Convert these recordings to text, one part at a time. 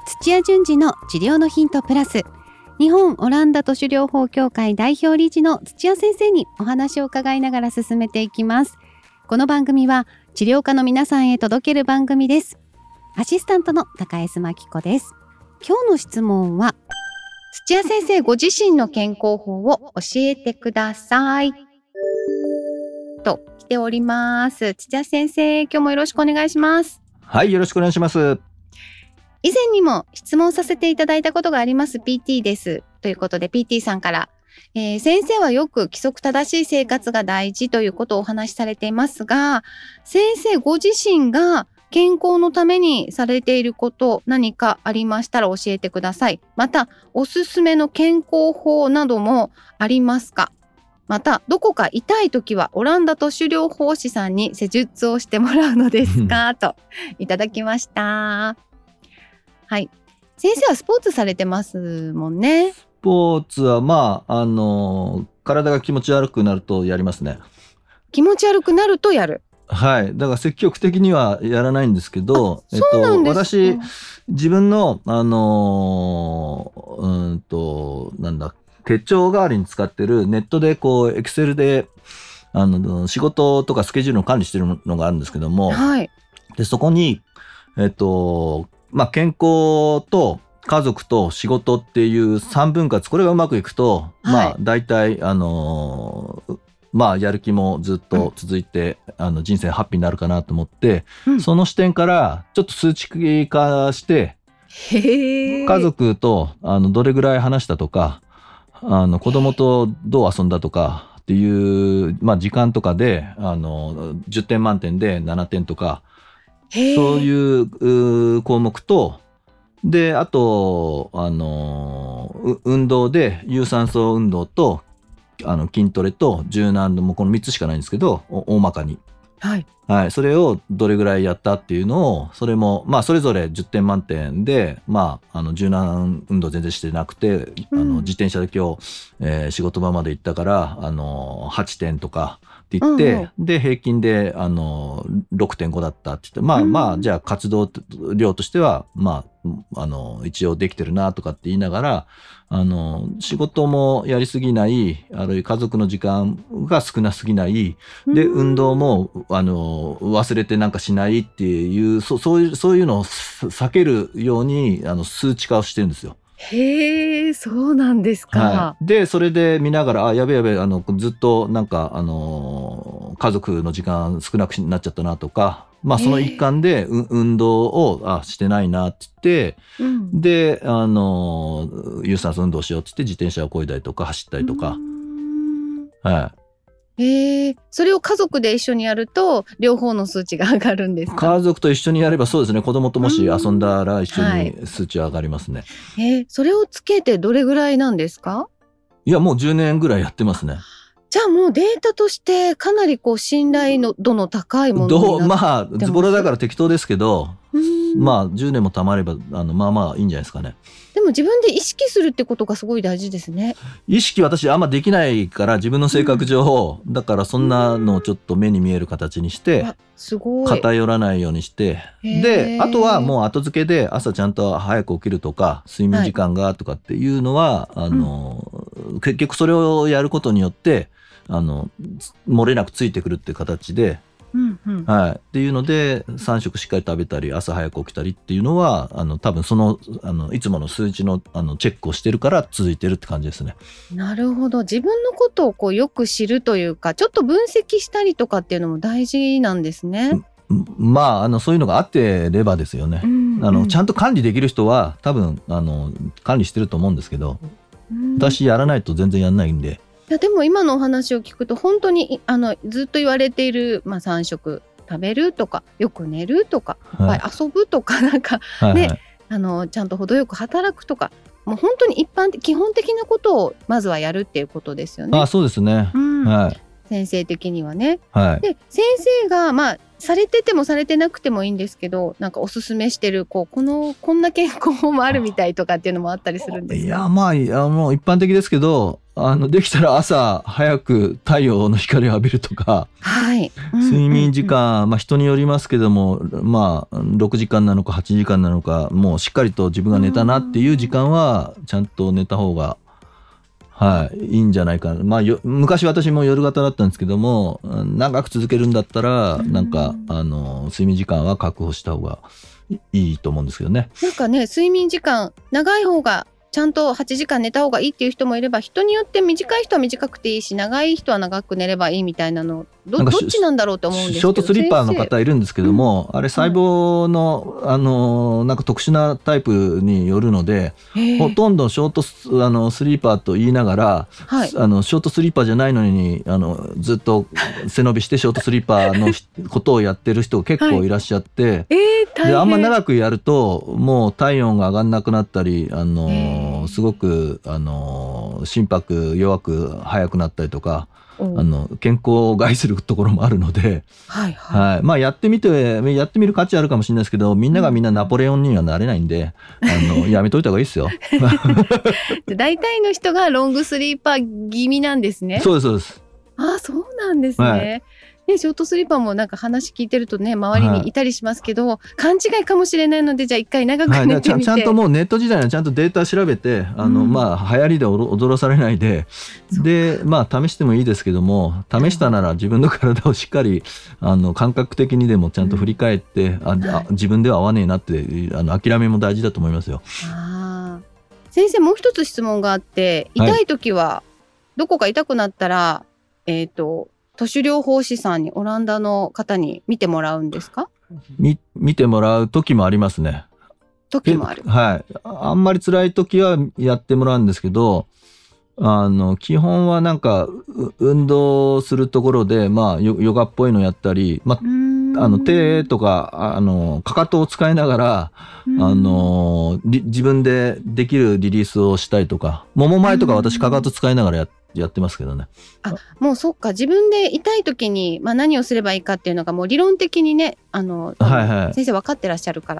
土屋順次の治療のヒントプラス、日本オランダ都市療法協会代表理事の土屋先生にお話を伺いながら進めていきます。この番組は治療家の皆さんへ届ける番組です。アシスタントの高江須真紀子です。今日の質問は、土屋先生ご自身の健康法を教えてくださいと来ております。土屋先生、今日もよろしくお願いします。 はい、よろしくお願いします。 以前にも質問させていただいたことがあります PT ですということで、 PT さんから、先生はよく規則正しい生活が大事ということをお話しされていますが、先生ご自身が健康のためにされていること何かありましたら教えてください。またおすすめの健康法などもありますか？またどこか痛いときはオランダ都市療法士さんに施術をしてもらうのですかといただきました。はい、先生はスポーツされてますもんね。 スポーツは体が気持ち悪くなるとやりますね。 気持ち悪くなるとやる。はい、 だから積極的にはやらないんですけど、 そうなんですか。 私自分の手帳代わりに使ってるネットでエクセルで仕事とかスケジュールの管理してるのがあるんですけども、 はい、 でそこに健康と家族と仕事っていう3分割、これがうまくいくと、大体やる気もずっと続いて、人生ハッピーになるかなと思って、その視点からちょっと数値化して、家族とどれぐらい話したとか、子供とどう遊んだとかっていう、時間とかで10点満点で7点とか、そういう項目と、であと運動で有酸素運動と筋トレと柔軟のもうこの3つしかないんですけど、大まかに、それをどれぐらいやったっていうのを、それもそれぞれ10点満点で、柔軟運動全然してなくて、自転車で今日、仕事場まで行ったから8点とかって言って、で平均で6.5 だったって言って、じゃあ活動量としては一応できてるなとかって言いながら、仕事もやりすぎない、あるいは家族の時間が少なすぎない、で運動も忘れてなんかしないっていう、そういうのを避けるように数値化をしてるんですよ。 へえ、そうなんですか。 でそれで見ながら、やべずっとなんか家族の時間少なくなっちゃったなとか、その一環で運動をしてないなって言って、で有酸素運動しようって言って自転車を漕いだりとか走ったりとか、 それを家族で一緒にやると両方の数値が上がるんですか？ 家族と一緒にやればそうですね。子供ともし遊んだら一緒に数値は上がりますね。 それをつけてどれぐらいなんですか？ いやもう10年ぐらいやってますね。 じゃあもうデータとしてかなり信頼度の高いものになってます。 ズボラだから適当ですけど、10年もたまればいいんじゃないですかね。 でも自分で意識するってことがすごい大事ですね。 意識私あんまできないから、自分の性格上、だからそんなのをちょっと目に見える形にして、 すごい偏らないようにして、であとはもう後付けで朝ちゃんと早く起きるとか睡眠時間がとかっていうのは、結局それをやることによって漏れなくついてくるっていう形で、っていうので3食しっかり食べたり朝早く起きたりっていうのは多分いつもの数値のチェックをしてるから続いてるって感じですね。 なるほど。自分のことをよく知るというか、ちょっと分析したりとかっていうのも大事なんですね。 そういうのがあってればですよね。ちゃんと管理できる人は多分管理してると思うんですけど、私やらないと全然やんないんで。 いやでも今のお話を聞くと本当にずっと言われている、3食食べるとかよく寝るとかいっぱい遊ぶとか、なんかね、ちゃんと程よく働くとか、もう本当に基本的なことをまずはやるっていうことですよね。 そうですね。 先生的にはね。 はい、 で先生がされててもされてなくてもいいんですけど、なんかおすすめしてるこんな健康法もあるみたいとかっていうのもあったりするんですか？ いやもう一般的ですけど、 できたら朝早く太陽の光を浴びるとか、 はい。 睡眠時間、人によりますけども、6時間なのか8時間なのか、もうしっかりと自分が寝たなっていう時間はちゃんと寝た方が、いいんじゃないかな。昔私も夜型だったんですけども、長く続けるんだったら睡眠時間は確保した方がいいと思うんですけどね。 なんかね、睡眠時間長い方がちゃんと8時間寝た方がいいっていう人もいれば、人によって短い人は短くていいし、長い人は長く寝ればいいみたいなの、どっちなんだろうと思うんですけど、 ショートスリッパーの方いるんですけども、あれ細胞の、なんか特殊なタイプによるので、ほとんどショートスリーパーと言いながら、ショートスリッパーじゃないのにずっと背伸びしてショートスリッパーのことをやってる人結構いらっしゃって、であんま長くやるともう体温が上がんなくなったり、すごく心拍弱く速くなったりとか、健康を害するところもあるので、やってみる価値あるかもしれないですけど、みんながみんなナポレオンにはなれないんで、やめといた方がいいですよ。 大体の人がロングスリーパー気味なんですね。 そうですそうです。 そうなんですね。ショートスリーパーもなんか話聞いてるとね、周りにいたりしますけど、勘違いかもしれないので、じゃあ一回長く寝てみて、 ちゃんともうネット時代はちゃんとデータ調べて、流行りで踊らされないで、で試してもいいですけども、試したなら自分の体をしっかり感覚的にでもちゃんと振り返って、自分では合わねえなって諦めも大事だと思いますよ。 先生、もう一つ質問があって、痛い時は、どこか痛くなったら都市療法士さんに、オランダの方に見てもらうんですか？ 見てもらう時もありますね。 時もある。 あんまり辛い時はやってもらうんですけど、基本はなんか運動するところで、ヨガっぽいのやったり、手とかかかとを使いながら自分でできるリリースをしたりとか、もも前とか私かかと使いながらやってますけどね。 もうそっか、自分で痛い時に、何をすればいいかっていうのがもう理論的にね、先生分かってらっしゃるから。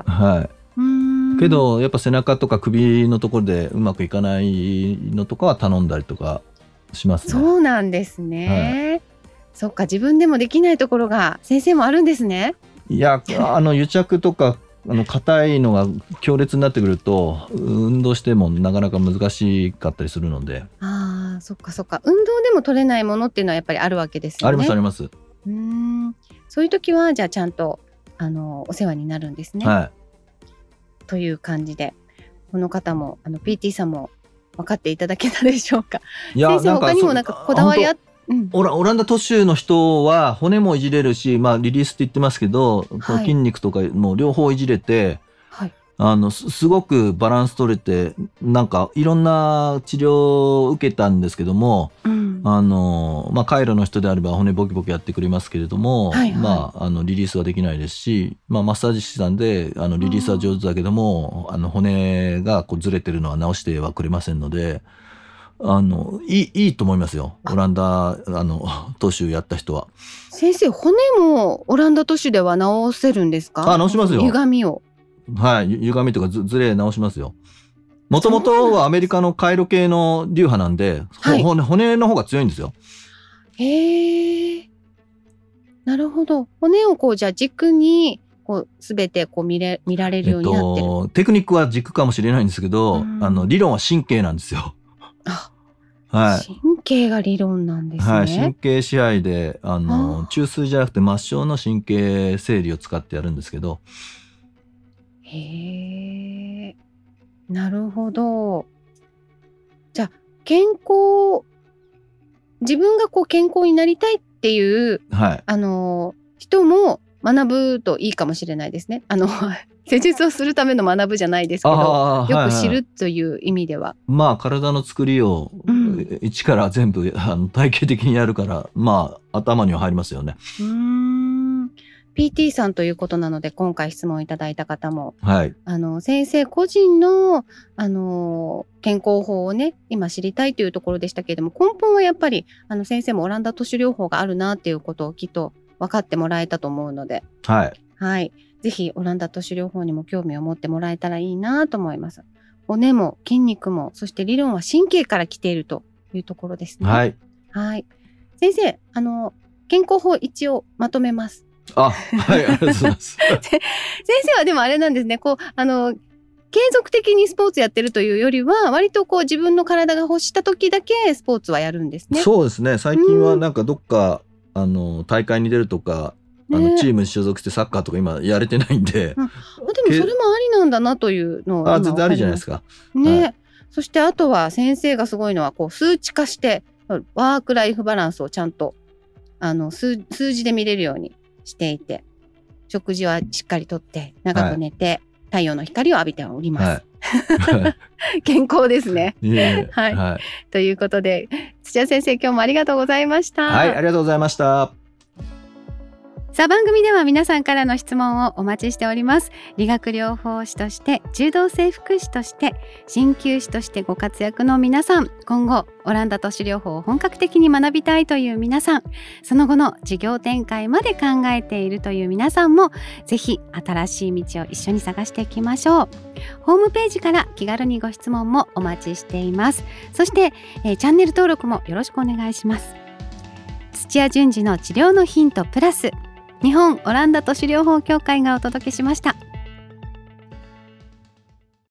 けどやっぱ背中とか首のところでうまくいかないのとかは頼んだりとかしますね。 そうなんですね。そっか、自分でもできないところが先生もあるんですね。 いや、癒着とか硬いのが強烈になってくると運動してもなかなか難しかったりするので。 そっかそっか、運動でも取れないものっていうのはやっぱりあるわけですよね。 ありますあります。 そういう時はじゃあちゃんとお世話になるんですね。という感じで、この方もPT さんも分かっていただけたでしょうか。先生、他にもなんかこだわりオランダ都市の人は骨もいじれるし、リリースって言ってますけど、筋肉とかも両方いじれて、すごくバランス取れて、なんかいろんな治療を受けたんですけども、カイロの人であれば骨ボキボキやってくれますけれども、リリースはできないですし、マッサージ師さんでリリースは上手だけども骨がこうずれてるのは直してはくれませんので、いいと思いますよ、オランダ都市やった人は。 先生、骨もオランダ都市では直せるんですか？ 直しますよ。 歪みを。 歪みとかずれ直しますよ。もともとはアメリカのカイロ系の流派なんで、骨の方が強いんですよ。 なるほど。骨をじゃあ軸に全て見られるようになってる。 テクニックは軸かもしれないんですけど、理論は神経なんですよ。 神経が理論なんですね。 神経支配で中枢じゃなくて末梢の神経整理を使ってやるんですけど。 なるほど。じゃあ自分が健康になりたいっていう、人も学ぶといいかもしれないですね。施術をするための学ぶじゃないですけど、よく知るという意味では。 体の作りを一から全部体系的にやるから、頭には入りますよね。 PT さんということなので、今回質問いただいた方も、先生個人の、健康法をね、今知りたいというところでしたけれども、根本はやっぱり先生もオランダ都市療法があるなっていうことをきっと分かってもらえたと思うので、ぜひオランダ都市療法にも興味を持ってもらえたらいいなと思います。骨も筋肉も、そして理論は神経から来ているというところですね。 はい。 はい。先生、健康法一応まとめます。 はい、ありがとうございます。 先生はでもあれなんですね。継続的にスポーツやってるというよりは、割と自分の体が欲した時だけスポーツはやるんですね。 そうですね。最近はなんかどっか、大会に出るとか、チームに所属してサッカーとか今やれてないんで。 でもそれもありなんだなというのを全然ありじゃないですか。 ね。 はい、 そしてあとは先生がすごいのは数値化してワークライフバランスをちゃんと数字で見れるようにしていて、食事はしっかりとって長く寝て、はい、太陽の光を浴びております。はい、健康ですね。はい、はい。ということで土屋先生、今日もありがとうございました。 はい、ありがとうございました。 さあ、番組では皆さんからの質問をお待ちしております。理学療法士として、柔道整復師として、鍼灸師としてご活躍の皆さん、今後オランダ都市療法を本格的に学びたいという皆さん、その後の事業展開まで考えているという皆さんも、ぜひ新しい道を一緒に探していきましょう。ホームページから気軽にご質問もお待ちしています。そして、チャンネル登録もよろしくお願いします。土屋順次の治療のヒントプラス、日本オランダ都市療法協会がお届けしました。